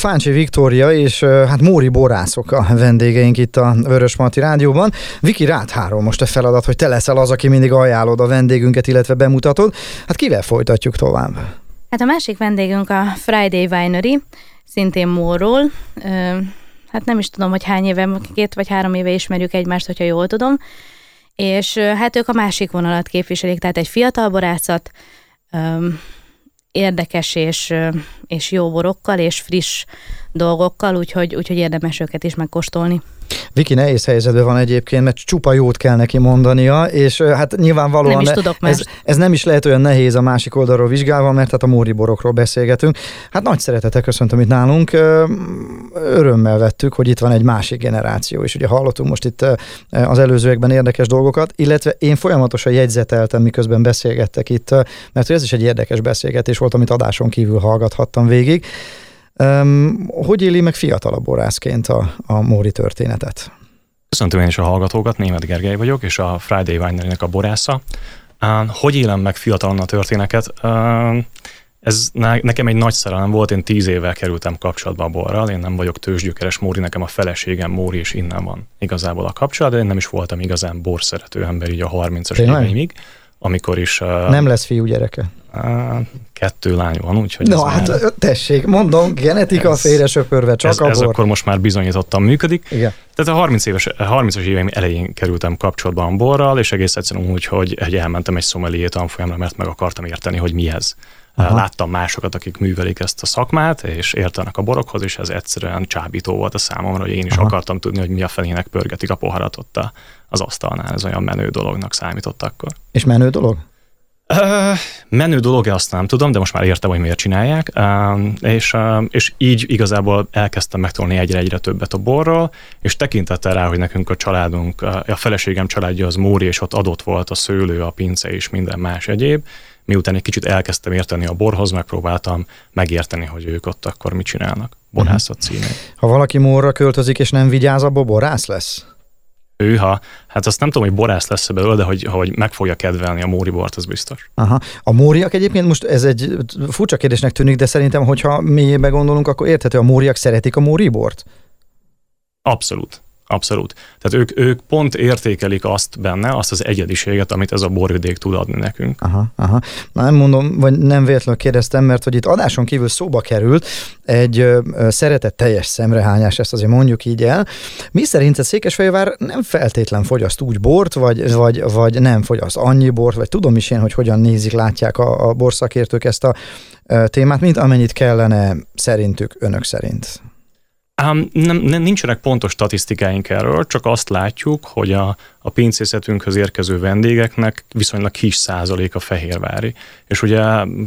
Fáncsi Viktória és hát Móri borászok a vendégeink itt a Vörösmarty Rádióban. Viki, rád hárul most a feladat, hogy te leszel az, aki mindig ajánlod a vendégünket, illetve bemutatod. Hát kivel folytatjuk tovább? Hát a másik vendégünk a Friday Winery, szintén Móról. Hát nem is tudom, hogy hány éve, 2 vagy 3 éve ismerjük egymást, hogyha jól tudom. És hát ők a másik vonalat képviselik, tehát egy fiatal borászat, érdekes és jó borokkal, és friss dolgokkal, úgyhogy érdemes őket is megkóstolni. Viki nehéz helyzetben van egyébként, mert csupa jót kell neki mondania, és hát nyilvánvalóan nem is tudok ez nem is lehet olyan nehéz a másik oldalról vizsgálva, mert hát a Móri borokról beszélgetünk. Hát nagy szeretettel köszöntöm itt nálunk, örömmel vettük, hogy itt van egy másik generáció, és ugye hallottunk most itt az előzőekben érdekes dolgokat, illetve én folyamatosan jegyzeteltem, miközben beszélgettek itt, mert ez is egy érdekes beszélgetés volt, amit adáson kívül hallgathattam végig. Hogy éli meg fiatalabb borászként a Móri történetet? Köszöntöm én is a hallgatókat, Németh Gergely vagyok, és a Friday Winery-nek a borásza. Hogy élem meg fiatalon a történeteket? Ez nekem egy nagy szerelem volt, én 10 évvel kerültem kapcsolatba a borral, én nem vagyok tőzsgyökeres Móri, nekem a feleségem Móri, és innen van igazából a kapcsolat, de én nem is voltam igazán borszerető ember így a 30-as éveimig, amikor is... Nem lesz fiú gyereke? 2 lány van, úgyhogy... No, hát már... tessék, mondom, genetika félre söpörve, csak a bor. Ez akkor most már bizonyítottan működik. Igen. Tehát a 30-as éveim elején kerültem kapcsolatban a borral, és egész egyszerűen úgy, hogy elmentem egy sommelier tanfolyamra, mert meg akartam érteni, hogy mi ez. Aha. Láttam másokat, akik művelik ezt a szakmát, és értenek a borokhoz, és ez egyszerűen csábító volt a számomra, hogy én is akartam tudni, hogy mi a felének pörgetik a poharat ott az asztalnál. Ez olyan menő dolognak számított akkor. És menő dolog? Menő dolog-e, azt nem tudom, de most már értem, hogy miért csinálják, és így igazából elkezdtem megtanulni egyre többet a borról, és tekintettel rá, hogy nekünk a családunk, a feleségem családja az Móri, és ott adott volt a szőlő, a pince és minden más egyéb. Miután egy kicsit elkezdtem érteni a borhoz, megpróbáltam megérteni, hogy ők ott akkor mit csinálnak, borászat címén. Ha valaki Mórra költözik és nem vigyáz, abból borász lesz? Hát azt nem tudom, hogy borász lesz belőle, de hogy meg fogja kedvelni a Móri bort, az biztos. Aha. A móriak egyébként, most ez egy furcsa kérdésnek tűnik, de szerintem, hogyha mélyébe gondolunk, akkor érthető, a móriak szeretik a Móri bort? Abszolút. Tehát ők pont értékelik azt benne, azt az egyediséget, amit ez a borvidék tud adni nekünk. Aha. Na, nem mondom, vagy nem véletlenül kérdeztem, mert hogy itt adáson kívül szóba került egy szeretetteljes szemrehányás, ezt azért mondjuk így el. Mi szerint a Székesfehérvár nem feltétlen fogyaszt úgy bort, vagy nem fogyaszt annyi bort, vagy tudom is én, hogy hogyan nézik, látják a borszakértők ezt a témát, mint amennyit kellene szerintük, önök szerint. Nincsenek pontos statisztikáink erről, csak azt látjuk, hogy a pincészetünkhöz érkező vendégeknek viszonylag kis százalék a fehérvári. És ugye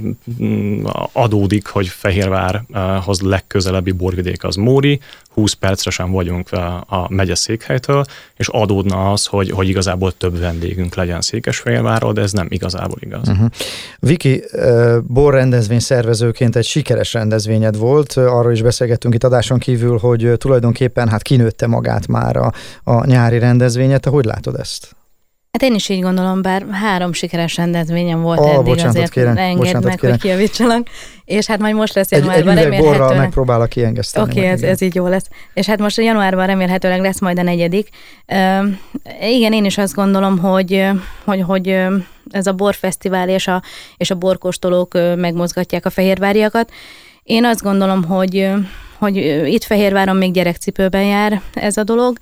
adódik, hogy Fehérvárhoz legközelebbi borvidék az Móri, 20 percre sem vagyunk a megyeszékhelytől, és adódna az, hogy igazából több vendégünk legyen Székesfehérvárról, de ez nem igazából igaz. Viki, borrendezvény szervezőként egy sikeres rendezvényed volt, arról is beszélgettünk itt adáson kívül, hogy tulajdonképpen hát kinőtte magát már a nyári rendezvényet. Te hogy látod ezt? Hát én is így gondolom, bár 3 sikeres rendezvényem volt eddig, azért engedd meg, hogy kijavítsalak. És hát majd most lesz januárban egy üveg borral megpróbálok kiengeszteni. Oké, ez így jó lesz. És hát most januárban remélhetőleg lesz majd a 4. Igen, én is azt gondolom, hogy ez a borfesztivál és a borkóstolók megmozgatják a fehérváriakat. Én azt gondolom, hogy itt Fehérváron még gyerekcipőben jár ez a dolog,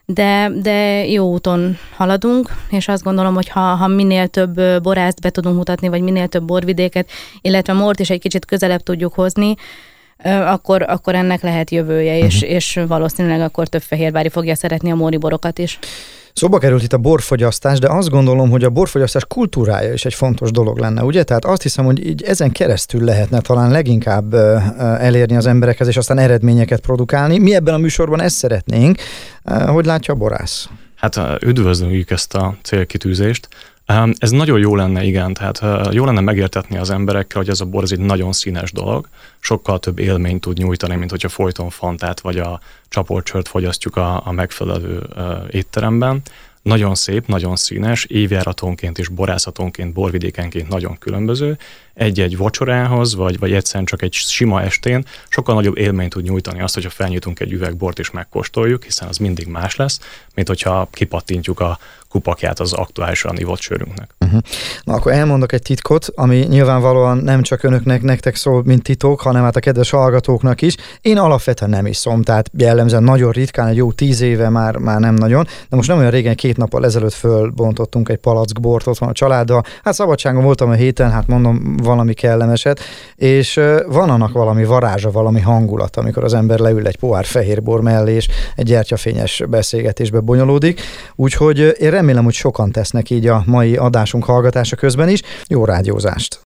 de jó úton haladunk, és azt gondolom, hogy ha minél több borászt be tudunk mutatni, vagy minél több borvidéket, illetve Mórt is egy kicsit közelebb tudjuk hozni, akkor ennek lehet jövője, és valószínűleg akkor több fehérvári fogja szeretni a Móri borokat is. Szóba került itt a borfogyasztás, de azt gondolom, hogy a borfogyasztás kultúrája is egy fontos dolog lenne, ugye? Tehát azt hiszem, hogy így ezen keresztül lehetne talán leginkább elérni az emberekhez, és aztán eredményeket produkálni. Mi ebben a műsorban ezt szeretnénk. Hogy látja a borász? Hát üdvözlőjük ezt a célkitűzést. Ez nagyon jó lenne, igen, tehát jó lenne megértetni az emberekkel, hogy ez a bor egy nagyon színes dolog, sokkal több élményt tud nyújtani, mint hogyha folyton fantát vagy a csapolt sört fogyasztjuk a megfelelő étteremben. nagyon szép, nagyon színes, évjáratonként és borászatonként, borvidékenként nagyon különböző. Egy-egy vacsorához, vagy egyszerűen csak egy sima estén sokkal nagyobb élményt tud nyújtani azt, hogyha felnyitunk egy üveg bort és megkóstoljuk, hiszen az mindig más lesz, mint hogyha kipattintjuk a kupakját az aktuálisan ivott sörünknek. Na akkor elmondok egy titkot, ami nyilvánvalóan nem csak nektek szól, mint titok, hanem hát a kedves hallgatóknak is. Én alapvetően nem iszom, tehát jellemzően nagyon ritkán, egy jó 10 éve már nem nagyon, de most nem olyan régen, 2 nappal ezelőtt fölbontottunk egy palack bort otthon a családdal. Hát szabadságon voltam a héten, hát mondom valami kellemeset, és van annak valami varázsa, valami hangulat, amikor az ember leül egy pohár fehérbor mellé, és egy gyertyafényes beszélgetésbe bonyolódik. Úgyhogy én remélem, hogy sokan tesznek így a mai adásunk hallgatása közben is. Jó rádiózást!